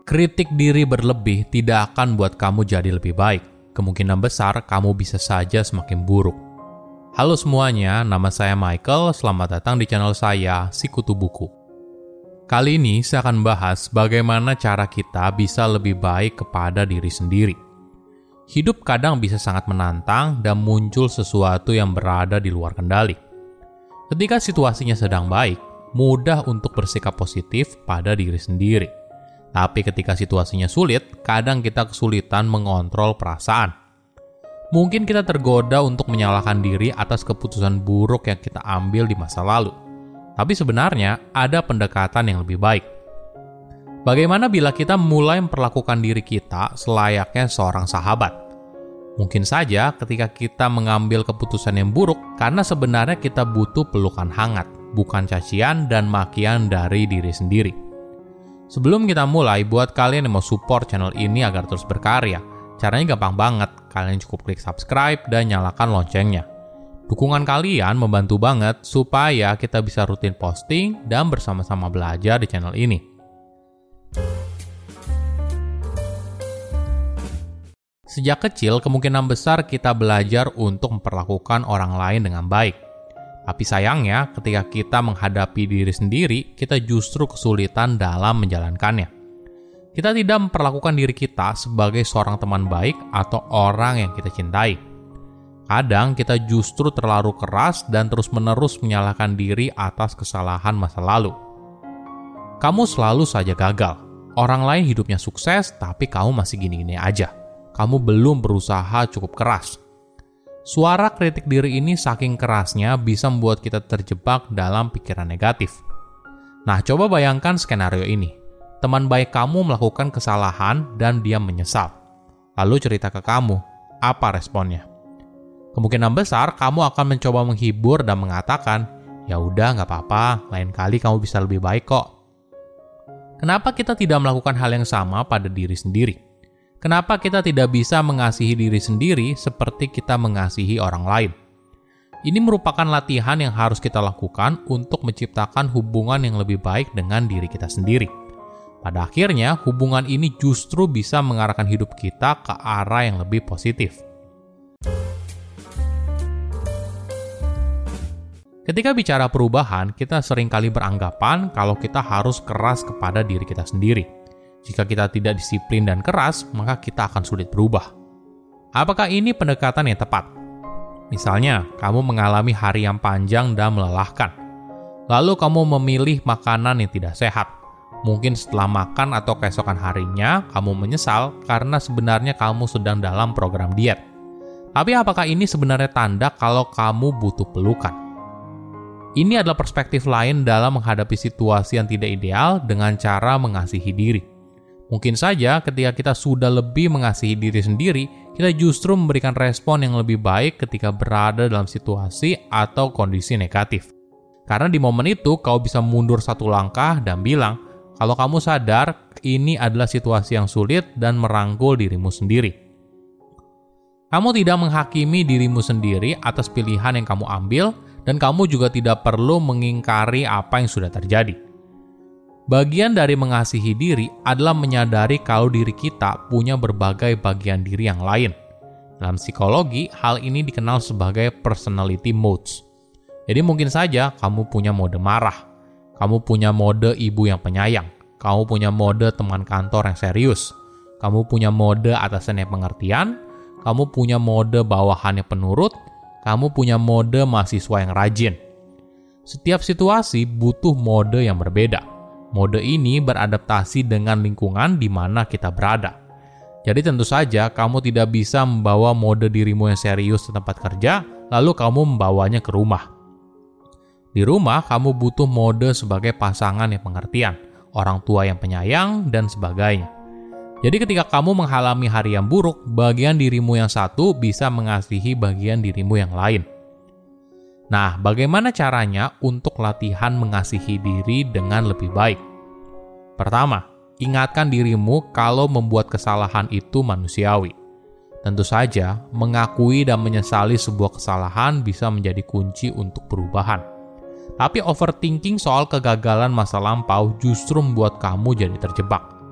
Kritik diri berlebih tidak akan buat kamu jadi lebih baik. Kemungkinan besar kamu bisa saja semakin buruk. Halo semuanya, nama saya Michael. Selamat datang di channel saya, Sikutu Buku. Kali ini saya akan bahas bagaimana cara kita bisa lebih baik kepada diri sendiri. Hidup kadang bisa sangat menantang dan muncul sesuatu yang berada di luar kendali. Ketika situasinya sedang baik, mudah untuk bersikap positif pada diri sendiri. Tapi ketika situasinya sulit, kadang kita kesulitan mengontrol perasaan. Mungkin kita tergoda untuk menyalahkan diri atas keputusan buruk yang kita ambil di masa lalu. Tapi sebenarnya ada pendekatan yang lebih baik. Bagaimana bila kita mulai memperlakukan diri kita selayaknya seorang sahabat? Mungkin saja ketika kita mengambil keputusan yang buruk karena sebenarnya kita butuh pelukan hangat, bukan cacian dan makian dari diri sendiri. Sebelum kita mulai, buat kalian yang mau support channel ini agar terus berkarya, caranya gampang banget. Kalian cukup klik subscribe dan nyalakan loncengnya. Dukungan kalian membantu banget supaya kita bisa rutin posting dan bersama-sama belajar di channel ini. Sejak kecil, kemungkinan besar kita belajar untuk memperlakukan orang lain dengan baik. Tapi sayangnya, ketika kita menghadapi diri sendiri, kita justru kesulitan dalam menjalankannya. Kita tidak memperlakukan diri kita sebagai seorang teman baik atau orang yang kita cintai. Kadang kita justru terlalu keras dan terus-menerus menyalahkan diri atas kesalahan masa lalu. Kamu selalu saja gagal. Orang lain hidupnya sukses, tapi kamu masih gini-gini aja. Kamu belum berusaha cukup keras. Suara kritik diri ini saking kerasnya bisa membuat kita terjebak dalam pikiran negatif. Nah, coba bayangkan skenario ini. Teman baik kamu melakukan kesalahan dan dia menyesal. Lalu cerita ke kamu, apa responnya? Kemungkinan besar kamu akan mencoba menghibur dan mengatakan, ya udah nggak apa-apa, lain kali kamu bisa lebih baik kok. Kenapa kita tidak melakukan hal yang sama pada diri sendiri? Kenapa kita tidak bisa mengasihi diri sendiri seperti kita mengasihi orang lain? Ini merupakan latihan yang harus kita lakukan untuk menciptakan hubungan yang lebih baik dengan diri kita sendiri. Pada akhirnya, hubungan ini justru bisa mengarahkan hidup kita ke arah yang lebih positif. Ketika bicara perubahan, kita seringkali beranggapan kalau kita harus keras kepada diri kita sendiri. Jika kita tidak disiplin dan keras, maka kita akan sulit berubah. Apakah ini pendekatan yang tepat? Misalnya, kamu mengalami hari yang panjang dan melelahkan. Lalu kamu memilih makanan yang tidak sehat. Mungkin setelah makan atau keesokan harinya, kamu menyesal karena sebenarnya kamu sedang dalam program diet. Tapi apakah ini sebenarnya tanda kalau kamu butuh pelukan? Ini adalah perspektif lain dalam menghadapi situasi yang tidak ideal dengan cara mengasihi diri. Mungkin saja ketika kita sudah lebih mengasihi diri sendiri, kita justru memberikan respon yang lebih baik ketika berada dalam situasi atau kondisi negatif. Karena di momen itu, kau bisa mundur satu langkah dan bilang, kalau kamu sadar, ini adalah situasi yang sulit dan merangkul dirimu sendiri. Kamu tidak menghakimi dirimu sendiri atas pilihan yang kamu ambil, dan kamu juga tidak perlu mengingkari apa yang sudah terjadi. Bagian dari mengasihi diri adalah menyadari kalau diri kita punya berbagai bagian diri yang lain. Dalam psikologi, hal ini dikenal sebagai personality modes. Jadi mungkin saja kamu punya mode marah, kamu punya mode ibu yang penyayang, kamu punya mode teman kantor yang serius, kamu punya mode atasan yang pengertian, kamu punya mode bawahan yang penurut, kamu punya mode mahasiswa yang rajin. Setiap situasi butuh mode yang berbeda. Mode ini beradaptasi dengan lingkungan di mana kita berada. Jadi tentu saja kamu tidak bisa membawa mode dirimu yang serius ke tempat kerja, lalu kamu membawanya ke rumah. Di rumah, kamu butuh mode sebagai pasangan yang pengertian, orang tua yang penyayang, dan sebagainya. Jadi ketika kamu mengalami hari yang buruk, bagian dirimu yang satu bisa mengasihi bagian dirimu yang lain. Nah, bagaimana caranya untuk latihan mengasihi diri dengan lebih baik? Pertama, ingatkan dirimu kalau membuat kesalahan itu manusiawi. Tentu saja, mengakui dan menyesali sebuah kesalahan bisa menjadi kunci untuk perubahan. Tapi overthinking soal kegagalan masa lampau justru membuat kamu jadi terjebak.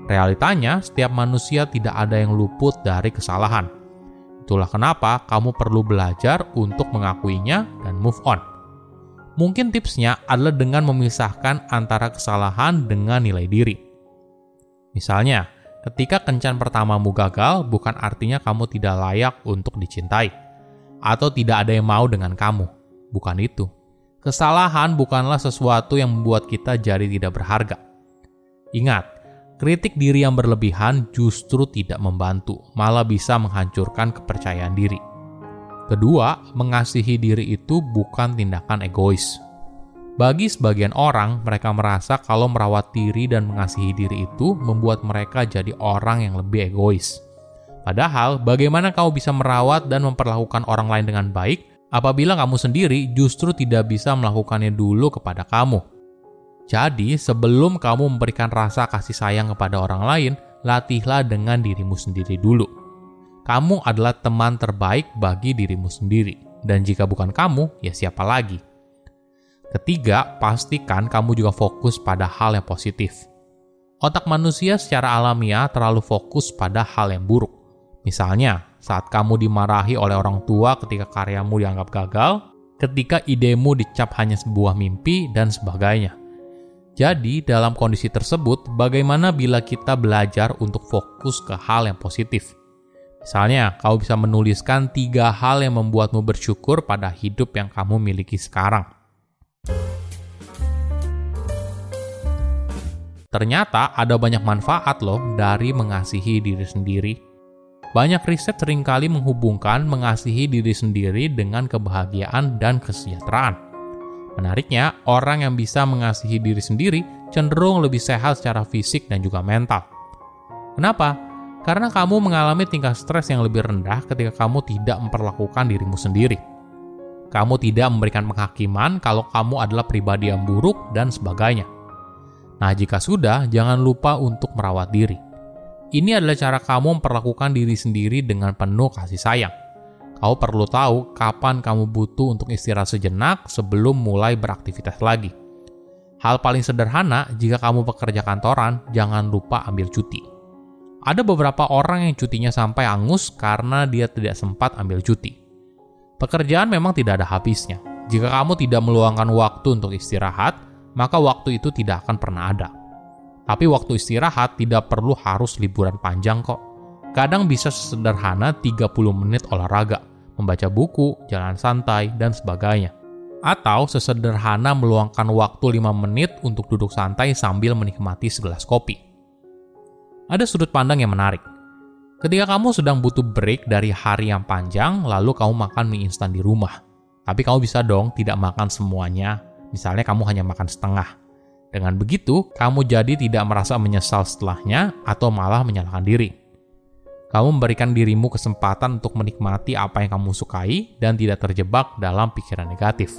Realitanya, setiap manusia tidak ada yang luput dari kesalahan. Itulah kenapa kamu perlu belajar untuk mengakuinya dan move on. Mungkin tipsnya adalah dengan memisahkan antara kesalahan dengan nilai diri. Misalnya, ketika kencan pertamamu gagal, bukan artinya kamu tidak layak untuk dicintai, atau tidak ada yang mau dengan kamu. Bukan itu. Kesalahan bukanlah sesuatu yang membuat kita jadi tidak berharga. Ingat, kritik diri yang berlebihan justru tidak membantu, malah bisa menghancurkan kepercayaan diri. Kedua, mengasihi diri itu bukan tindakan egois. Bagi sebagian orang, mereka merasa kalau merawat diri dan mengasihi diri itu membuat mereka jadi orang yang lebih egois. Padahal, bagaimana kamu bisa merawat dan memperlakukan orang lain dengan baik apabila kamu sendiri justru tidak bisa melakukannya dulu kepada kamu? Jadi, sebelum kamu memberikan rasa kasih sayang kepada orang lain, latihlah dengan dirimu sendiri dulu. Kamu adalah teman terbaik bagi dirimu sendiri. Dan jika bukan kamu, ya siapa lagi? Ketiga, pastikan kamu juga fokus pada hal yang positif. Otak manusia secara alamiah terlalu fokus pada hal yang buruk. Misalnya, saat kamu dimarahi oleh orang tua ketika karyamu dianggap gagal, ketika idemu dicap hanya sebuah mimpi, dan sebagainya. Jadi, dalam kondisi tersebut, bagaimana bila kita belajar untuk fokus ke hal yang positif? Misalnya, kamu bisa menuliskan 3 hal yang membuatmu bersyukur pada hidup yang kamu miliki sekarang. Ternyata ada banyak manfaat loh dari mengasihi diri sendiri. Banyak riset seringkali menghubungkan mengasihi diri sendiri dengan kebahagiaan dan kesejahteraan. Menariknya, orang yang bisa mengasihi diri sendiri cenderung lebih sehat secara fisik dan juga mental. Kenapa? Karena kamu mengalami tingkat stres yang lebih rendah ketika kamu tidak memperlakukan dirimu sendiri. Kamu tidak memberikan penghakiman kalau kamu adalah pribadi yang buruk dan sebagainya. Nah, jika sudah, jangan lupa untuk merawat diri. Ini adalah cara kamu memperlakukan diri sendiri dengan penuh kasih sayang. Kamu perlu tahu kapan kamu butuh untuk istirahat sejenak sebelum mulai beraktivitas lagi. Hal paling sederhana, jika kamu pekerja kantoran, jangan lupa ambil cuti. Ada beberapa orang yang cutinya sampai angus karena dia tidak sempat ambil cuti. Pekerjaan memang tidak ada habisnya. Jika kamu tidak meluangkan waktu untuk istirahat, maka waktu itu tidak akan pernah ada. Tapi waktu istirahat tidak perlu harus liburan panjang kok. Kadang bisa sesederhana 30 menit olahraga, membaca buku, jalan santai, dan sebagainya. Atau sesederhana meluangkan waktu 5 menit untuk duduk santai sambil menikmati segelas kopi. Ada sudut pandang yang menarik. Ketika kamu sedang butuh break dari hari yang panjang, lalu kamu makan mie instan di rumah. Tapi kamu bisa dong tidak makan semuanya. Misalnya kamu hanya makan setengah. Dengan begitu, kamu jadi tidak merasa menyesal setelahnya atau malah menyalahkan diri. Kamu memberikan dirimu kesempatan untuk menikmati apa yang kamu sukai dan tidak terjebak dalam pikiran negatif.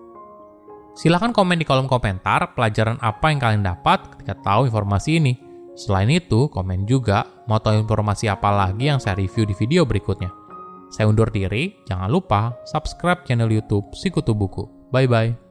Silahkan komen di kolom komentar pelajaran apa yang kalian dapat ketika tahu informasi ini. Selain itu, komen juga mau tahu informasi apa lagi yang saya review di video berikutnya. Saya undur diri, jangan lupa subscribe channel YouTube Sikutu Buku. Bye-bye.